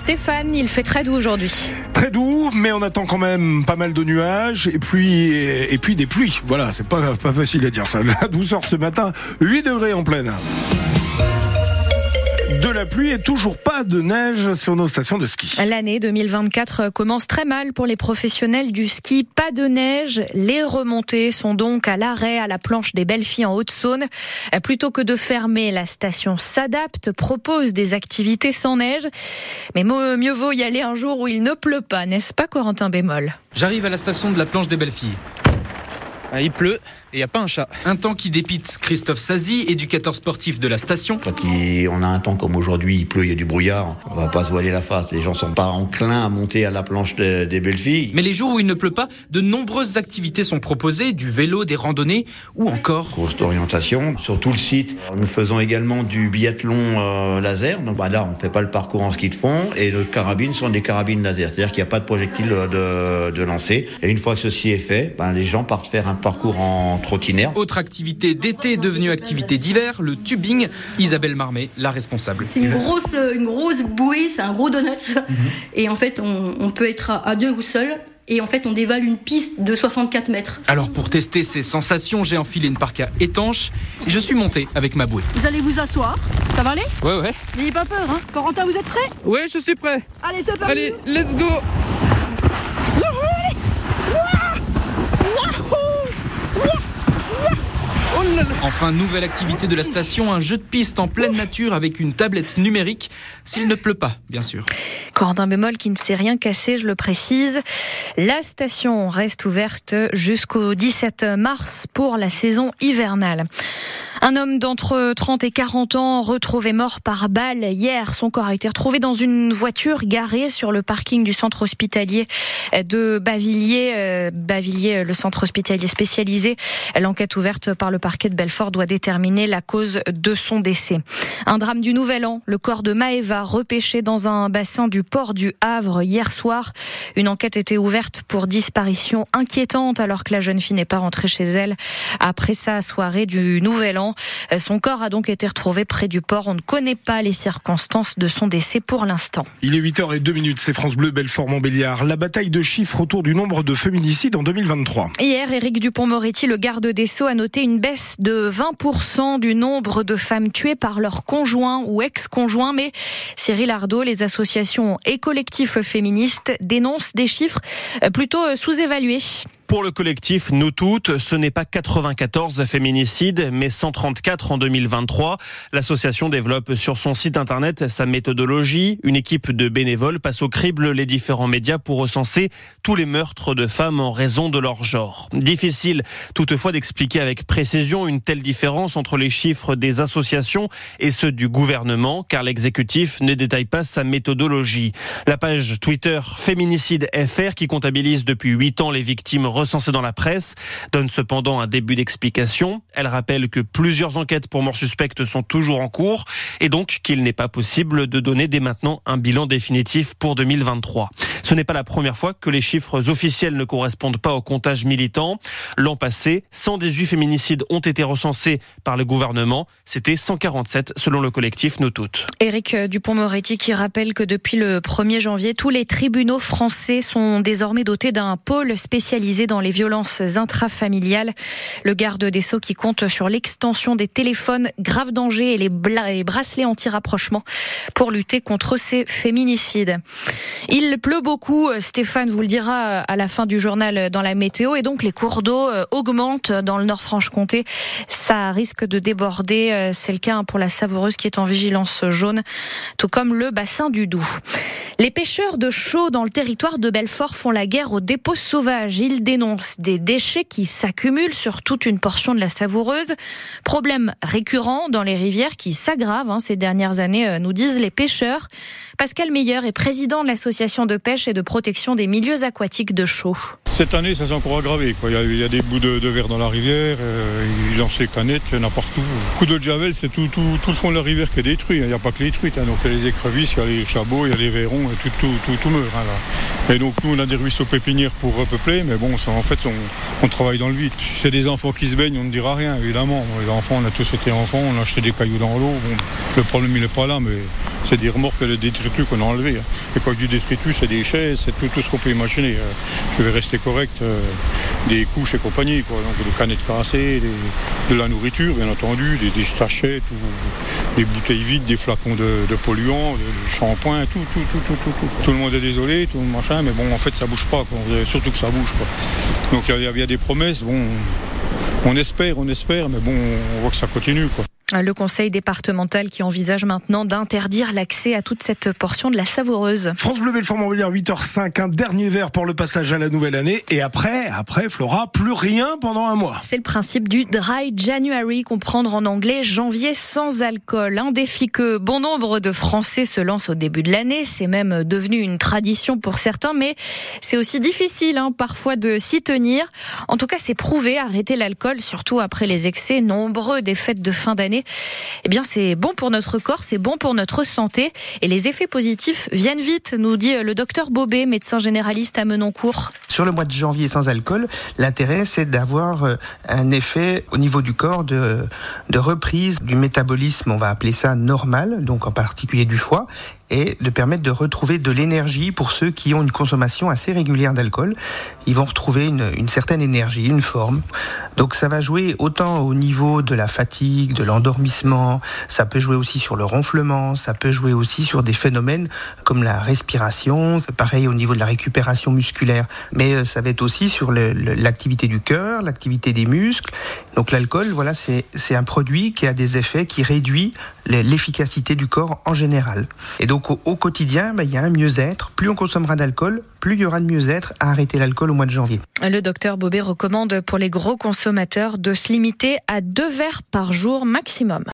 Stéphane, il fait très doux aujourd'hui. Très doux, mais on attend quand même pas mal de nuages et puis des pluies. Voilà, c'est pas facile à dire ça. La douceur ce matin, 8 degrés en pleine. De la pluie et toujours pas de neige sur nos stations de ski. L'année 2024 commence très mal pour les professionnels du ski. Pas de neige, les remontées sont donc à l'arrêt à la planche des Belles-Filles en Haute-Saône. Plutôt que de fermer, la station s'adapte, propose des activités sans neige. Mais mieux vaut y aller un jour où il ne pleut pas, n'est-ce pas Corentin Bémol ? J'arrive à la station de la planche des Belles-Filles. Il pleut et il n'y a pas un chat. Un temps qui dépite. Christophe Sazy, éducateur sportif de la station. Quand on a un temps comme aujourd'hui, il pleut, il y a du brouillard, on va pas se voiler la face. Les gens sont pas enclins à monter à la planche des Belles-Filles. Mais les jours où il ne pleut pas, de nombreuses activités sont proposées, du vélo, des randonnées ou encore... Course d'orientation. Sur tout le site, nous faisons également du biathlon laser. Donc là, on ne fait pas le parcours en ski de fond et nos carabines sont des carabines laser. C'est-à-dire qu'il n'y a pas de projectile de lancer. Et une fois que ceci est fait, les gens partent faire un parcours en trottinette. Autre activité d'été devenue activité d'hiver, le tubing. Isabelle Marmet, la responsable. C'est une grosse bouée, c'est un gros donut. Et en fait, on peut être à deux ou seul. Et en fait, on dévale une piste de 64 mètres. Alors pour tester ces sensations, j'ai enfilé une parka étanche et je suis monté avec ma bouée. Vous allez vous asseoir, ça va aller ? Ouais. N'ayez pas peur, hein. Corentin, vous êtes prêt ? Ouais, je suis prêt. Allez, c'est parti. Allez, let's go. Enfin, nouvelle activité de la station, un jeu de piste en pleine nature avec une tablette numérique, s'il ne pleut pas, bien sûr. Corentin Bémol qui ne s'est rien cassé, je le précise. La station reste ouverte jusqu'au 17 mars pour la saison hivernale. Un homme d'entre 30 et 40 ans retrouvé mort par balle hier. Son corps a été retrouvé dans une voiture garée sur le parking du centre hospitalier de Bavilliers. Bavilliers, le centre hospitalier spécialisé. L'enquête ouverte par le parquet de Belfort doit déterminer la cause de son décès. Un drame du Nouvel An. Le corps de Maëva repêché dans un bassin du port du Havre hier soir. Une enquête était ouverte pour disparition inquiétante alors que la jeune fille n'est pas rentrée chez elle après sa soirée du Nouvel An. Son corps a donc été retrouvé près du port. On ne connaît pas les circonstances de son décès pour l'instant. Il est 8h02, c'est France Bleu, Belfort-Montbéliard. La bataille de chiffres autour du nombre de féminicides en 2023. Hier, Éric Dupond-Moretti, le garde des Sceaux, a noté une baisse de 20% du nombre de femmes tuées par leur conjoint ou ex-conjoint. Mais Cyril Ardo, les associations et collectifs féministes dénoncent des chiffres plutôt sous-évalués. Pour le collectif Nous Toutes, ce n'est pas 94 féminicides, mais 134 en 2023. L'association développe sur son site internet sa méthodologie. Une équipe de bénévoles passe au crible les différents médias pour recenser tous les meurtres de femmes en raison de leur genre. Difficile toutefois d'expliquer avec précision une telle différence entre les chiffres des associations et ceux du gouvernement, car l'exécutif ne détaille pas sa méthodologie. La page Twitter Féminicide FR, qui comptabilise depuis 8 ans les victimes recensées dans la presse, donne cependant un début d'explication. Elle rappelle que plusieurs enquêtes pour mort suspecte sont toujours en cours et donc qu'il n'est pas possible de donner dès maintenant un bilan définitif pour 2023. Ce n'est pas la première fois que les chiffres officiels ne correspondent pas au comptage militant. L'an passé, 118 féminicides ont été recensés par le gouvernement. C'était 147 selon le collectif Nous Toutes. Éric Dupond-Moretti qui rappelle que depuis le 1er janvier, tous les tribunaux français sont désormais dotés d'un pôle spécialisé dans les violences intrafamiliales. Le garde des Sceaux qui compte sur l'extension des téléphones grave danger et les bracelets anti-rapprochement pour lutter contre ces féminicides. Il pleut beaucoup, Stéphane vous le dira à la fin du journal dans la météo, et donc les cours d'eau augmentent dans le Nord-Franche-Comté. Ça risque de déborder, c'est le cas pour la Savoureuse qui est en vigilance jaune, tout comme le bassin du Doubs. Les pêcheurs de chaux dans le territoire de Belfort font la guerre aux dépôts sauvages. Ils dénoncent des déchets qui s'accumulent sur toute une portion de la Savoureuse. Problème récurrent dans les rivières qui s'aggrave ces dernières années, nous disent les pêcheurs. Pascal Meyer est président de l'association de pêche et de protection des milieux aquatiques de Chaux. Cette année, ça s'est encore aggravé. Il y a des bouts de verre dans la rivière, ils lancent les canettes, il y en a partout. Coup de javel, c'est tout le fond de la rivière qui est détruit. Il n'y a pas que les truites. Donc il y a les écrevisses, il y a les chabots, il y a les verrons, tout meurt. Là. Et donc nous, on a des ruisseaux pépinières pour repeupler, mais bon, ça, en fait, on travaille dans le vide. Si c'est des enfants qui se baignent, on ne dira rien, évidemment. Les enfants, on a tous été enfants, on a acheté des cailloux dans l'eau. Bon, le problème, il n'est pas là, mais C'est des remorques de détritus qu'on a enlevés. Et quand je dis détritus, c'est des chaises, c'est tout ce qu'on peut imaginer. Je vais rester correct, des couches et compagnie, quoi. Donc des canettes cassées, de la nourriture, bien entendu, des stachettes, des bouteilles vides, des flacons de polluants, de shampoing, tout. Tout le monde est désolé, tout le machin, mais bon, en fait, ça bouge pas, quoi. Surtout que ça bouge, quoi. Donc il y a des promesses, bon, on espère, mais bon, on voit que ça continue, quoi. Le conseil départemental qui envisage maintenant d'interdire l'accès à toute cette portion de la Savoureuse. France Bleu Belfort-Montbéliard, 8h05, un dernier verre pour le passage à la nouvelle année. Et après, Flora, plus rien pendant un mois. C'est le principe du Dry January, comprendre en anglais janvier sans alcool. Un défi que bon nombre de Français se lancent au début de l'année. C'est même devenu une tradition pour certains, mais c'est aussi difficile parfois de s'y tenir. En tout cas, c'est prouvé, arrêter l'alcool, surtout après les excès nombreux des fêtes de fin d'année. Eh bien, c'est bon pour notre corps, c'est bon pour notre santé. Et les effets positifs viennent vite, nous dit le docteur Bobet, médecin généraliste à Menoncourt. Sur le mois de janvier sans alcool, l'intérêt, c'est d'avoir un effet au niveau du corps de reprise du métabolisme, on va appeler ça normal, donc en particulier du foie, et de permettre de retrouver de l'énergie pour ceux qui ont une consommation assez régulière d'alcool. Ils vont retrouver une certaine énergie, une forme. Donc ça va jouer autant au niveau de la fatigue, de l'endormissement, ça peut jouer aussi sur le ronflement, ça peut jouer aussi sur des phénomènes comme la respiration, c'est pareil au niveau de la récupération musculaire. Mais ça va être aussi sur l'activité du cœur, l'activité des muscles. Donc l'alcool, voilà, c'est un produit qui a des effets qui réduit l'efficacité du corps en général. Et donc au quotidien, il y a un mieux-être. Plus on consommera d'alcool, plus il y aura de mieux-être à arrêter l'alcool au mois de janvier. Le docteur Bobet recommande pour les gros consommateurs de se limiter à 2 verres par jour maximum.